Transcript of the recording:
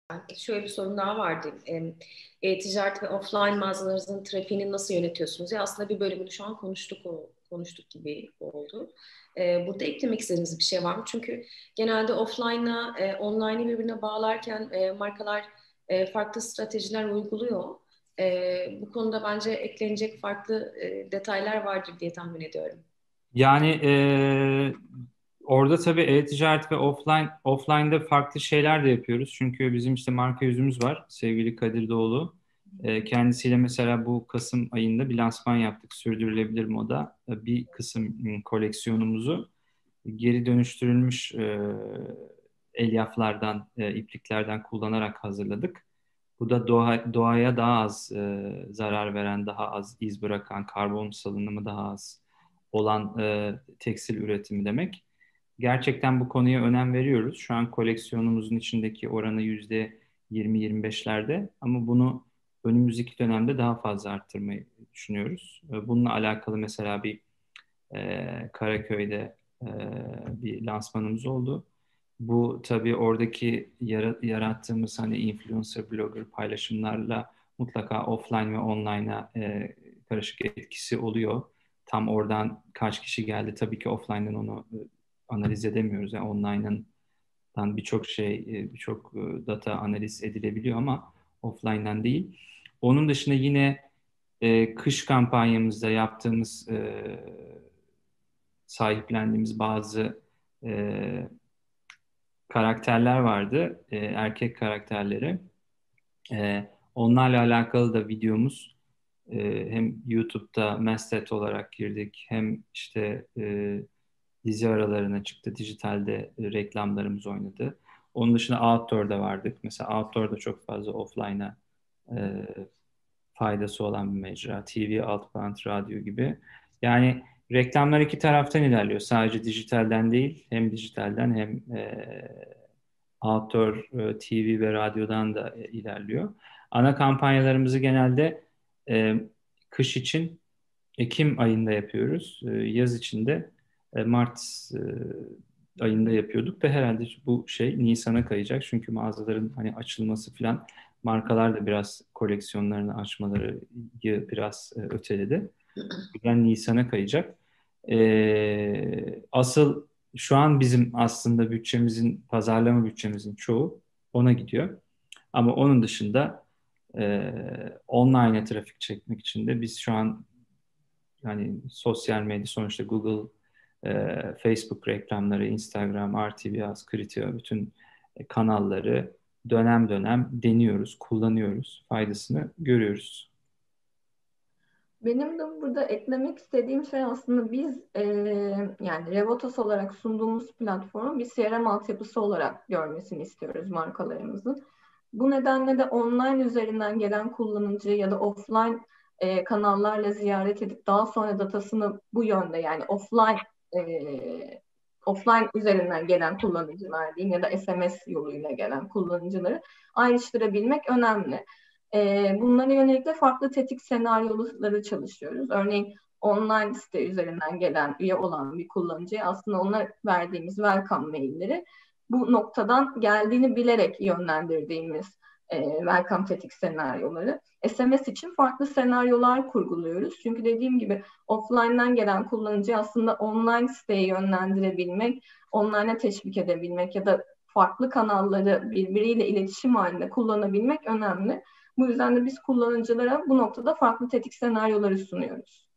Şöyle bir sorun daha vardı. E-ticaret ve offline mağazalarınızın trafiğini nasıl yönetiyorsunuz? Ya aslında bir bölümünü şu an konuştuk gibi oldu. Burada eklemek istediğiniz bir şey var mı? Çünkü genelde offline'la online'ı birbirine bağlarken markalar farklı stratejiler uyguluyor. Bu konuda bence eklenecek farklı detaylar vardır diye tahmin ediyorum. Yani orada tabii e-ticaret ve offline'da farklı şeyler de yapıyoruz. Çünkü bizim işte marka yüzümüz var. Sevgili Kadir Doğulu. Kendisiyle mesela bu Kasım ayında bir lansman yaptık. Sürdürülebilir moda. Bir kısım koleksiyonumuzu geri dönüştürülmüş elyaflardan, ipliklerden kullanarak hazırladık. Bu da doğaya daha az zarar veren, daha az iz bırakan, karbon salınımı daha az olan tekstil üretimi demek. Gerçekten bu konuya önem veriyoruz. Şu an koleksiyonumuzun içindeki oranı %20-25'lerde ama bunu önümüzdeki dönemde daha fazla arttırmayı düşünüyoruz. Bununla alakalı mesela bir Karaköy'de e, bir lansmanımız oldu. Bu tabii oradaki yarattığımız hani influencer, blogger paylaşımlarla mutlaka offline ve online'a karışık etkisi oluyor. Tam oradan kaç kişi geldi tabii ki offline'dan onu analiz edemiyoruz. Yani online'dan birçok data analiz edilebiliyor ama offline'dan değil. Onun dışında yine kış kampanyamızda yaptığımız sahiplendiğimiz bazı e, karakterler vardı. Erkek karakterleri. Onlarla alakalı da videomuz hem YouTube'da Masthead olarak girdik hem işte dizi aralarına çıktı. Dijitalde reklamlarımız oynadı. Onun dışında Outdoor'da vardık. Mesela Outdoor'da çok fazla offline'a e, faydası olan bir mecra. TV, Altband, radyo gibi. Yani reklamlar iki taraftan ilerliyor. Sadece dijitalden değil, hem dijitalden hem outdoor TV ve radyodan da ilerliyor. Ana kampanyalarımızı genelde e, kış için Ekim ayında yapıyoruz. Yaz için de Mart ayında yapıyorduk da herhalde bu şey Nisan'a kayacak. Çünkü mağazaların hani açılması falan markalar da biraz koleksiyonlarını açmaları biraz öteledi. Yani Nisan'a kayacak. Asıl şu an bizim aslında pazarlama bütçemizin çoğu ona gidiyor. Ama onun dışında online'e trafik çekmek için de biz şu an yani sosyal medya sonuçta Google, Facebook reklamları, Instagram, RTV, Kritio bütün kanalları dönem dönem deniyoruz, kullanıyoruz, faydasını görüyoruz. Benim de burada eklemek istediğim şey aslında biz yani Revotos olarak sunduğumuz platformu bir CRM altyapısı olarak görmesini istiyoruz markalarımızın. Bu nedenle de online üzerinden gelen kullanıcı ya da offline kanallarla ziyaret edip daha sonra datasını bu yönde yani offline üzerinden gelen kullanıcılar diyeyim ya da SMS yoluyla gelen kullanıcıları ayrıştırabilmek önemli. Bunlara yönelik de farklı tetik senaryoları çalışıyoruz. Örneğin online site üzerinden gelen, üye olan bir kullanıcıya aslında ona verdiğimiz welcome mailleri bu noktadan geldiğini bilerek yönlendirdiğimiz welcome tetik senaryoları. SMS için farklı senaryolar kurguluyoruz. Çünkü dediğim gibi offline'dan gelen kullanıcıyı aslında online siteye yönlendirebilmek, online'a teşvik edebilmek ya da farklı kanalları birbiriyle iletişim halinde kullanabilmek önemli. Bu yüzden de biz kullanıcılara bu noktada farklı tetik senaryoları sunuyoruz.